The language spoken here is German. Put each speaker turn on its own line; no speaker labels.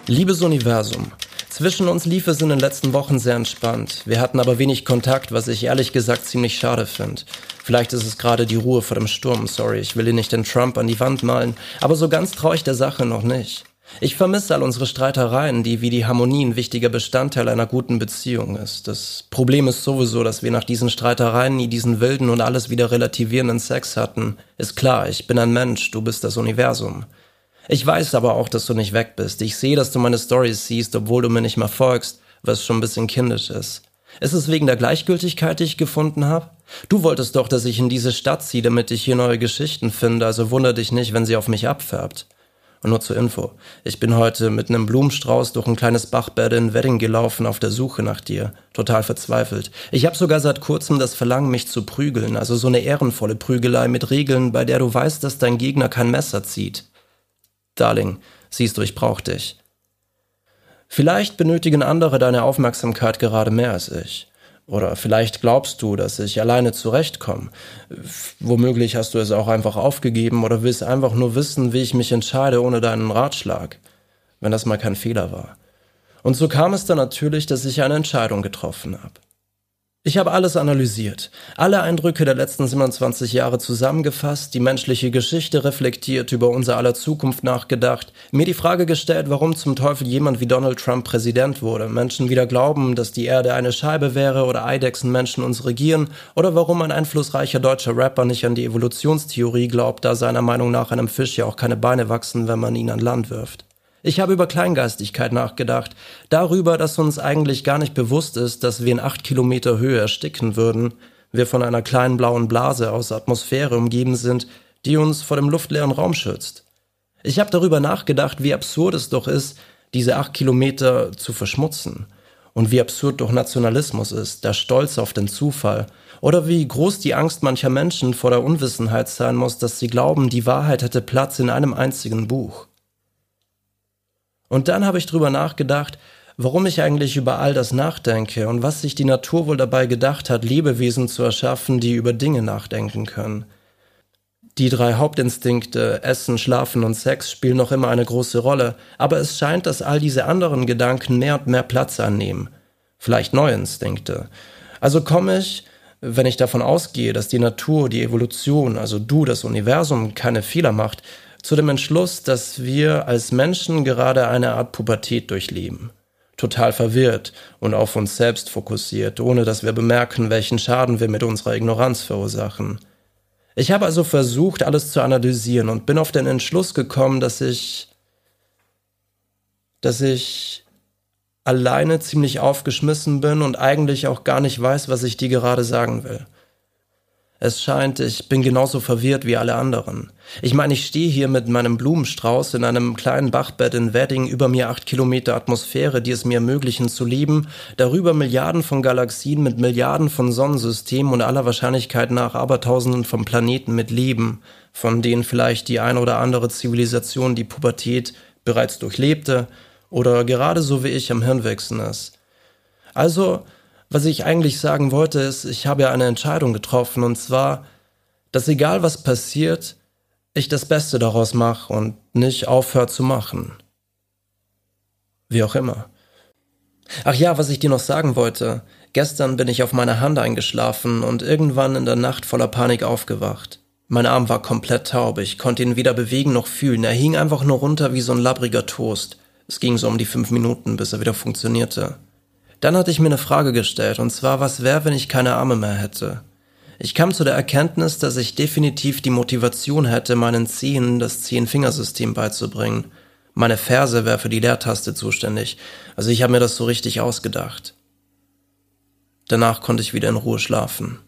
Liebes Universum, zwischen uns lief es in den letzten Wochen sehr entspannt. Wir hatten aber wenig Kontakt, was ich ehrlich gesagt ziemlich schade finde. Vielleicht ist es gerade die Ruhe vor dem Sturm, sorry, ich will hier nicht den Trump an die Wand malen, aber so ganz traue ich der Sache noch nicht. Ich vermisse all unsere Streitereien, die wie die Harmonie ein wichtiger Bestandteil einer guten Beziehung ist. Das Problem ist sowieso, dass wir nach diesen Streitereien nie diesen wilden und alles wieder relativierenden Sex hatten. Ist klar, ich bin ein Mensch, du bist das Universum. Ich weiß aber auch, dass du nicht weg bist. Ich sehe, dass du meine Storys siehst, obwohl du mir nicht mal folgst, was schon ein bisschen kindisch ist. Ist es wegen der Gleichgültigkeit, die ich gefunden habe? Du wolltest doch, dass ich in diese Stadt ziehe, damit ich hier neue Geschichten finde, also wundere dich nicht, wenn sie auf mich abfärbt. Und nur zur Info, ich bin heute mit einem Blumenstrauß durch ein kleines Bachbett in Wedding gelaufen auf der Suche nach dir. Total verzweifelt. Ich habe sogar seit kurzem das Verlangen, mich zu prügeln, also so eine ehrenvolle Prügelei mit Regeln, bei der du weißt, dass dein Gegner kein Messer zieht. Darling, siehst du, ich brauch dich. Vielleicht benötigen andere deine Aufmerksamkeit gerade mehr als ich. Oder vielleicht glaubst du, dass ich alleine zurechtkomme. Womöglich hast du es auch einfach aufgegeben oder willst einfach nur wissen, wie ich mich entscheide ohne deinen Ratschlag. Wenn das mal kein Fehler war. Und so kam es dann natürlich, dass ich eine Entscheidung getroffen habe. Ich habe alles analysiert, alle Eindrücke der letzten 27 Jahre zusammengefasst, die menschliche Geschichte reflektiert, über unser aller Zukunft nachgedacht, mir die Frage gestellt, warum zum Teufel jemand wie Donald Trump Präsident wurde, Menschen wieder glauben, dass die Erde eine Scheibe wäre oder Eidechsenmenschen uns regieren oder warum ein einflussreicher deutscher Rapper nicht an die Evolutionstheorie glaubt, da seiner Meinung nach einem Fisch ja auch keine Beine wachsen, wenn man ihn an Land wirft. Ich habe über Kleingeistigkeit nachgedacht, darüber, dass uns eigentlich gar nicht bewusst ist, dass wir in 8 Kilometer Höhe ersticken würden, wir von einer kleinen blauen Blase aus Atmosphäre umgeben sind, die uns vor dem luftleeren Raum schützt. Ich habe darüber nachgedacht, wie absurd es doch ist, diese 8 Kilometer zu verschmutzen. Und wie absurd doch Nationalismus ist, der Stolz auf den Zufall. Oder wie groß die Angst mancher Menschen vor der Unwissenheit sein muss, dass sie glauben, die Wahrheit hätte Platz in einem einzigen Buch. Und dann habe ich drüber nachgedacht, warum ich eigentlich über all das nachdenke und was sich die Natur wohl dabei gedacht hat, Lebewesen zu erschaffen, die über Dinge nachdenken können. Die 3 Hauptinstinkte, Essen, Schlafen und Sex, spielen noch immer eine große Rolle, aber es scheint, dass all diese anderen Gedanken mehr und mehr Platz annehmen. Vielleicht neue Instinkte. Also komme ich, wenn ich davon ausgehe, dass die Natur, die Evolution, also du, das Universum, keine Fehler macht, zu dem Entschluss, dass wir als Menschen gerade eine Art Pubertät durchleben. Total verwirrt und auf uns selbst fokussiert, ohne dass wir bemerken, welchen Schaden wir mit unserer Ignoranz verursachen. Ich habe also versucht, alles zu analysieren und bin auf den Entschluss gekommen, dass ich alleine ziemlich aufgeschmissen bin und eigentlich auch gar nicht weiß, was ich dir gerade sagen will. Es scheint, ich bin genauso verwirrt wie alle anderen. Ich meine, ich stehe hier mit meinem Blumenstrauß in einem kleinen Bachbett in Wedding, über mir 8 Kilometer Atmosphäre, die es mir ermöglichen zu leben, darüber Milliarden von Galaxien mit Milliarden von Sonnensystemen und aller Wahrscheinlichkeit nach Abertausenden von Planeten mit Leben, von denen vielleicht die eine oder andere Zivilisation die Pubertät bereits durchlebte oder gerade so wie ich am Hirnwachsen ist. Also, was ich eigentlich sagen wollte, ist, ich habe ja eine Entscheidung getroffen, und zwar, dass egal was passiert, ich das Beste daraus mache und nicht aufhöre zu machen. Wie auch immer. Ach ja, was ich dir noch sagen wollte. Gestern bin ich auf meiner Hand eingeschlafen und irgendwann in der Nacht voller Panik aufgewacht. Mein Arm war komplett taub, ich konnte ihn weder bewegen noch fühlen, er hing einfach nur runter wie so ein labbriger Toast. Es ging so um die 5 Minuten, bis er wieder funktionierte. Dann hatte ich mir eine Frage gestellt, und zwar, was wäre, wenn ich keine Arme mehr hätte? Ich kam zu der Erkenntnis, dass ich definitiv die Motivation hätte, meinen Zehen das 10-Fingersystem beizubringen. Meine Ferse wäre für die Leertaste zuständig, also ich habe mir das so richtig ausgedacht. Danach konnte ich wieder in Ruhe schlafen.